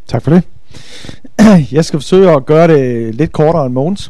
Tak for det. Jeg skal forsøge at gøre det lidt kortere end Mogens.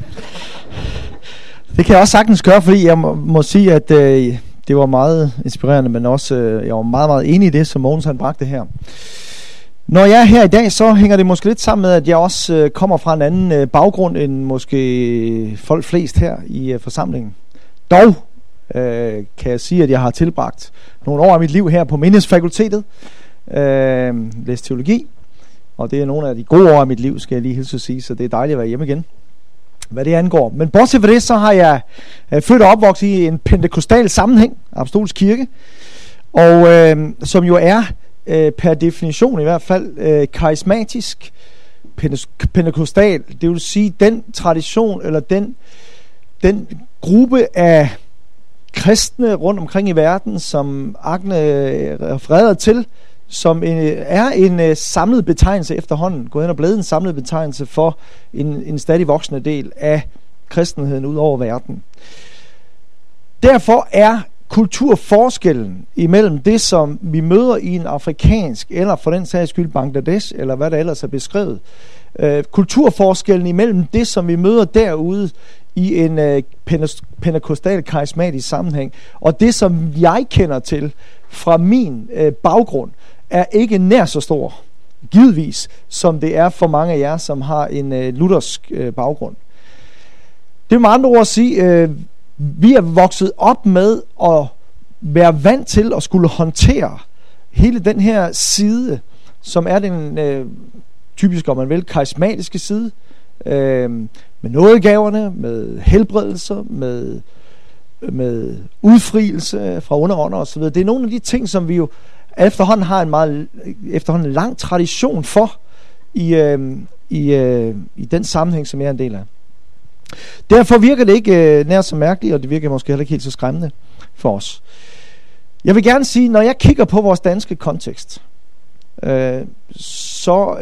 Det kan jeg også sagtens gøre, fordi jeg må sige, at det var meget inspirerende, men også jeg var meget, meget enig i det, som Mogens han bragte her. Når jeg er her i dag, så hænger det måske lidt sammen med, at jeg også kommer fra en anden baggrund end måske folk flest her i forsamlingen. Dog kan jeg sige, at jeg har tilbragt nogle år af mit liv her på Menighedsfakultetet, læst teologi, og det er nogle af de gode år af mit liv, skal jeg lige hilse at sige, så det er dejligt at være hjemme igen, hvad det angår. Men bortset fra det, så har jeg født og opvokset i en pentekostal sammenhæng, Apostolsk Kirke, og som jo er per definition i hvert fald karismatisk, pentekostal, det vil sige den tradition, eller den gruppe af kristne rundt omkring i verden, som Agne refererede til, som er en samlet betegnelse efterhånden, gået hen og blevet en samlet betegnelse for en stadig voksende del af kristenheden ud over verden. Derfor er kulturforskellen imellem det, som vi møder i en afrikansk, eller for den sags skyld Bangladesh, eller hvad der ellers er beskrevet, kulturforskellen imellem det, som vi møder derude i en pentekostal karismatisk sammenhæng, og det, som jeg kender til fra min baggrund, er ikke nær så stor, givetvis, som det er for mange af jer, som har en luthersk baggrund. Det vil med andre ord at sige, vi er vokset op med at være vant til at skulle håndtere hele den her side, som er den typisk, om man vil, karismatiske side, med nådegaverne, med helbredelser, med udfrielse fra underånder og så videre. Det er nogle af de ting, som vi jo efterhånden har en meget lang tradition for i den sammenhæng, som jeg er en del af. Derfor virker det ikke nær så mærkeligt, og det virker måske heller ikke helt så skræmmende for os. Jeg vil gerne sige, når jeg kigger på vores danske kontekst, så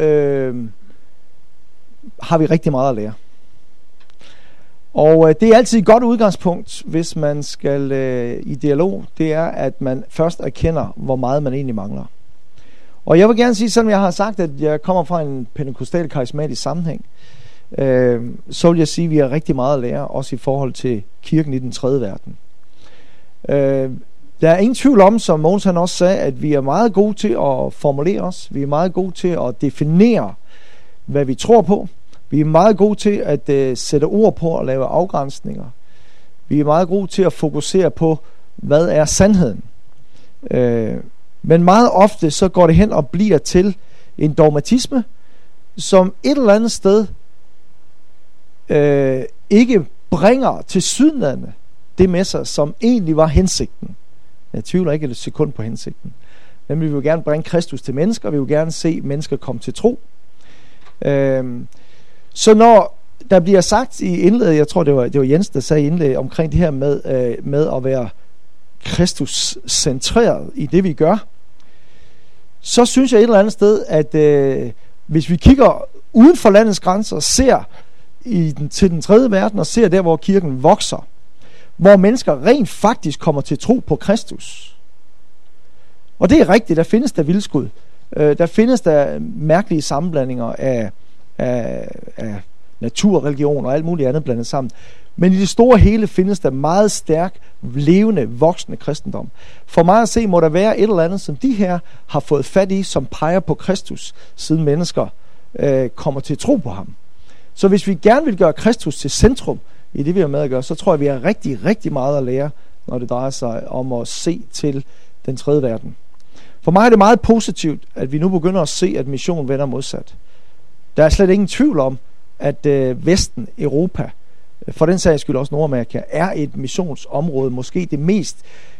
har vi rigtig meget at lære. Og det er altid et godt udgangspunkt, hvis man skal i dialog, det er, at man først erkender, hvor meget man egentlig mangler. Og jeg vil gerne sige, selvom jeg har sagt, at jeg kommer fra en pentekostal karismatisk sammenhæng, så vil jeg sige, at vi har rigtig meget at lære, også i forhold til kirken i den tredje verden. Der er ingen tvivl om, som Mogens han også sagde, at vi er meget gode til at formulere os. Vi er meget gode til at definere, hvad vi tror på. Vi er meget gode til at sætte ord på og lave afgrænsninger. Vi er meget gode til at fokusere på, hvad er sandheden. Men meget ofte så går det hen og bliver til en dogmatisme, som et eller andet sted ikke bringer til sydenlande det med sig, som egentlig var hensigten. Jeg tvivler ikke et sekund på hensigten. Men vi vil gerne bringe Kristus til mennesker, vi vil gerne se mennesker komme til tro. Så når der bliver sagt i indlægget, jeg tror det var Jens, der sagde i indlægget omkring det her med at være Kristus-centreret i det vi gør, så synes jeg et eller andet sted, at hvis vi kigger uden for landets grænser, ser til den tredje verden og ser der, hvor kirken vokser, hvor mennesker rent faktisk kommer til tro på Kristus. Og det er rigtigt, der findes der vildskud. Der findes der mærkelige sammenblandinger af natur, religion og alt muligt andet blandet sammen. Men i det store hele findes der meget stærk, levende, voksende kristendom. For mig at se, må der være et eller andet, som de her har fået fat i, som peger på Kristus, siden mennesker kommer til tro på ham. Så hvis vi gerne vil gøre Kristus til centrum i det, vi har med at gøre, så tror jeg, vi har rigtig, rigtig meget at lære, når det drejer sig om at se til den tredje verden. For mig er det meget positivt, at vi nu begynder at se, at missionen vender modsat. Der er slet ingen tvivl om, at Vesten, Europa, for den sags skyld også Nordamerika, er et missionsområde, måske det mest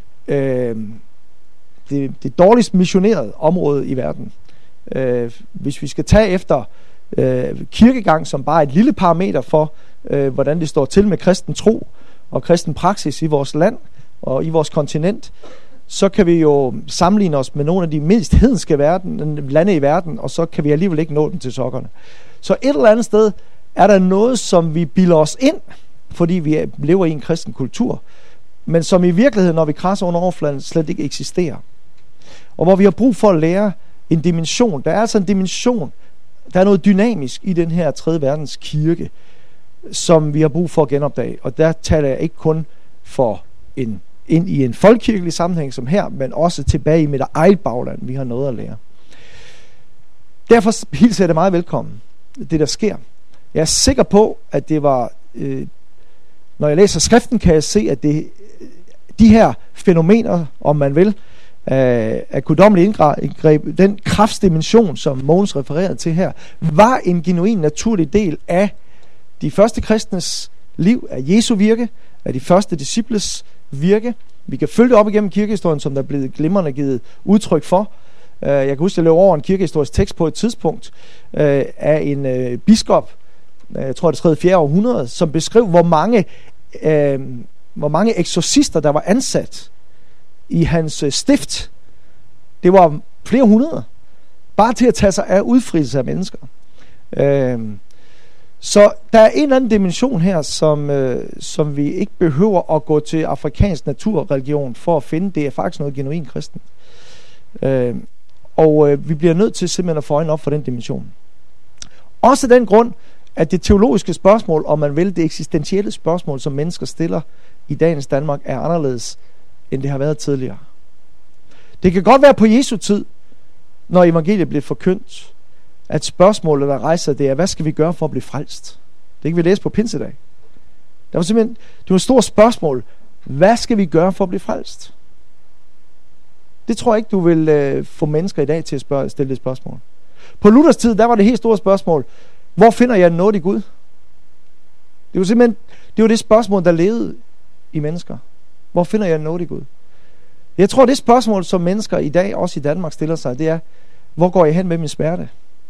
det dårligst missionerede område i verden. Hvis vi skal tage efter kirkegang som bare et lille parameter for, hvordan det står til med kristen tro og kristen praksis i vores land og i vores kontinent, så kan vi jo sammenligne os med nogle af de mest hedenske lande i verden, og så kan vi alligevel ikke nå dem til sokkerne. Så et eller andet sted er der noget, som vi bilder os ind, fordi vi lever i en kristen kultur, men som i virkeligheden, når vi krasser under overfladen, slet ikke eksisterer. Og hvor vi har brug for at lære en dimension. Der er altså en dimension. Der er noget dynamisk i den her 3. verdens kirke, som vi har brug for at genopdage. Og der taler jeg ikke kun for ind i en folkekirkelig sammenhæng som her, men også tilbage i mit eget bagland. Vi har noget at lære. Derfor hilser jeg det meget velkommen, det der sker. Jeg er sikker på, at det var, når jeg læser skriften, kan jeg se, at de her fænomener, om man vil, af guddommelig indgreb, den kraftsdimension, som Mogens refererede til her, var en genuin naturlig del af de første kristnes liv, af Jesu virke, af de første disciples virke. Vi kan følge det op igennem kirkehistorien, som der er blevet glimrende givet udtryk for. Jeg kan huske, at jeg løb over en kirkehistorisk tekst på et tidspunkt af en biskop, jeg tror det er 3. 4. århundrede, som beskrev, hvor mange eksorcister, der var ansat i hans stift. Det var flere hundrede. Bare til at tage sig af udfrielse af mennesker. Så der er en eller anden dimension her, som vi ikke behøver at gå til afrikansk naturreligion for at finde. Det er faktisk noget genuint kristen. Og vi bliver nødt til simpelthen at få øjnene op for den dimension. Også den grund, at det teologiske spørgsmål, om man vil, det eksistentielle spørgsmål, som mennesker stiller i dagens Danmark, er anderledes, end det har været tidligere. Det kan godt være på Jesu tid, når evangeliet bliver forkyndt, at spørgsmålet, der rejser, det er, hvad skal vi gøre for at blive frelst? Det kan vi læse på pinsedag. Det var et stort spørgsmål. Hvad skal vi gøre for at blive frelst? Det tror jeg ikke, du vil få mennesker i dag til at stille det spørgsmål. På Luthers tid, der var det helt store spørgsmål. Hvor finder jeg noget i Gud? Det var det spørgsmål, der levede i mennesker. Hvor finder jeg noget i Gud? Jeg tror, det spørgsmål, som mennesker i dag, også i Danmark, stiller sig, det er, hvor går jeg hen med min smerte?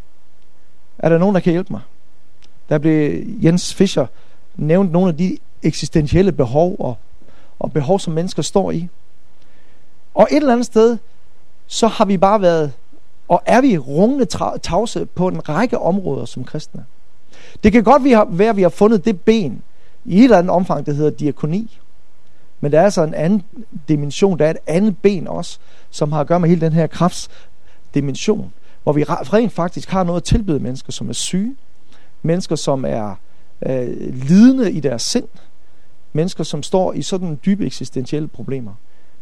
Er der nogen, der kan hjælpe mig? Der blev Jens Fischer nævnt nogle af de eksistentielle behov og behov, som mennesker står i. Og et eller andet sted, så har vi bare været, og er vi rungende tavse på en række områder som kristne. Det kan godt være, at vi har fundet det ben i et eller andet omfang, der hedder diakoni. Men der er altså en anden dimension, der er et andet ben også, som har at gøre med hele den her kraftsdimension, hvor vi rent faktisk har noget at tilbyde mennesker, som er syge, mennesker, som er lidende i deres sind, mennesker, som står i sådan dybe eksistentielle problemer.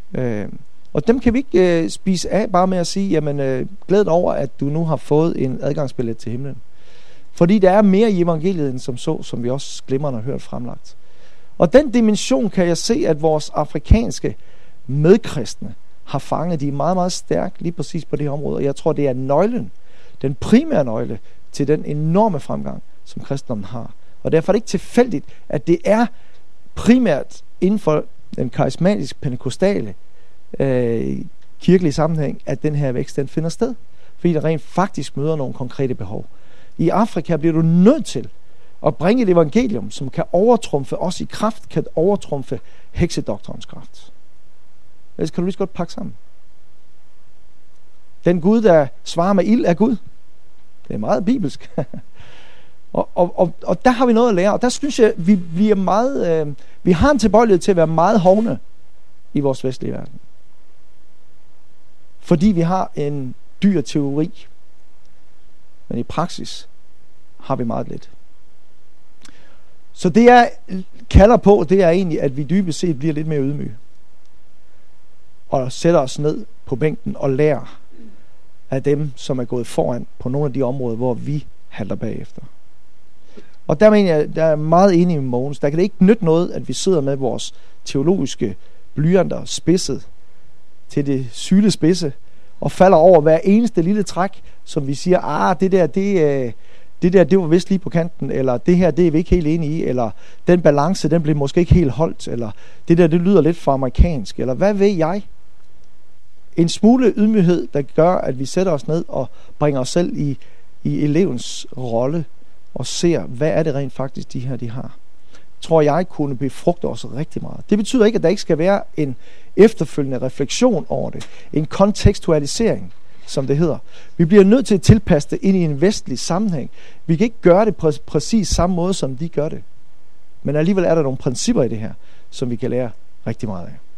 Og dem kan vi ikke spise af bare med at sige, jamen glæd dig over, at du nu har fået en adgangsbillet til himlen. Fordi der er mere i evangeliet end som vi også glemmer har hørt fremlagt. Og den dimension kan jeg se, at vores afrikanske medkristne har fanget. De er meget, meget stærke lige præcis på det her område. Og jeg tror, det er nøglen, den primære nøgle til den enorme fremgang, som kristendommen har. Og derfor er det ikke tilfældigt, at det er primært inden for den karismatiske pentekostale kirkelige sammenhæng, at den her vækst den finder sted. Fordi der rent faktisk møder nogle konkrete behov. I Afrika bliver du nødt til at bringe et evangelium, som kan overtrumfe os i kraft, kan overtrumfe heksedoktorens kraft. Ellers kan du lige så godt pakke sammen. Den Gud, der svarer med ild, er Gud. Det er meget bibelsk. og der har vi noget at lære, og der synes jeg, vi bliver meget, vi har en tilbøjelighed til at være meget hovne i vores vestlige verden. Fordi vi har en dyr teori, men i praksis har vi meget lidt. Så det jeg kalder på, det er egentlig, at vi dybest set bliver lidt mere ydmyge. Og sætter os ned på bænken og lærer af dem, som er gået foran på nogle af de områder, hvor vi halter bagefter. Og der mener jeg, der er meget enig med Mogens. Der kan det ikke nytte noget, at vi sidder med vores teologiske blyanter spidset til det syle spidse, og falder over hver eneste lille træk, som vi siger, det var vist lige på kanten, eller det her, det er vi ikke helt enige i, eller den balance, den blev måske ikke helt holdt, eller det lyder lidt for amerikansk, eller hvad ved jeg? En smule ydmyghed, der gør, at vi sætter os ned og bringer os selv i elevens rolle, og ser, hvad er det rent faktisk, de har. Tror jeg kunne befrugte os rigtig meget. Det betyder ikke, at der ikke skal være en efterfølgende refleksion over det. En kontekstualisering, som det hedder. Vi bliver nødt til at tilpasse det ind i en vestlig sammenhæng. Vi kan ikke gøre det på præcis samme måde, som de gør det. Men alligevel er der nogle principper i det her, som vi kan lære rigtig meget af.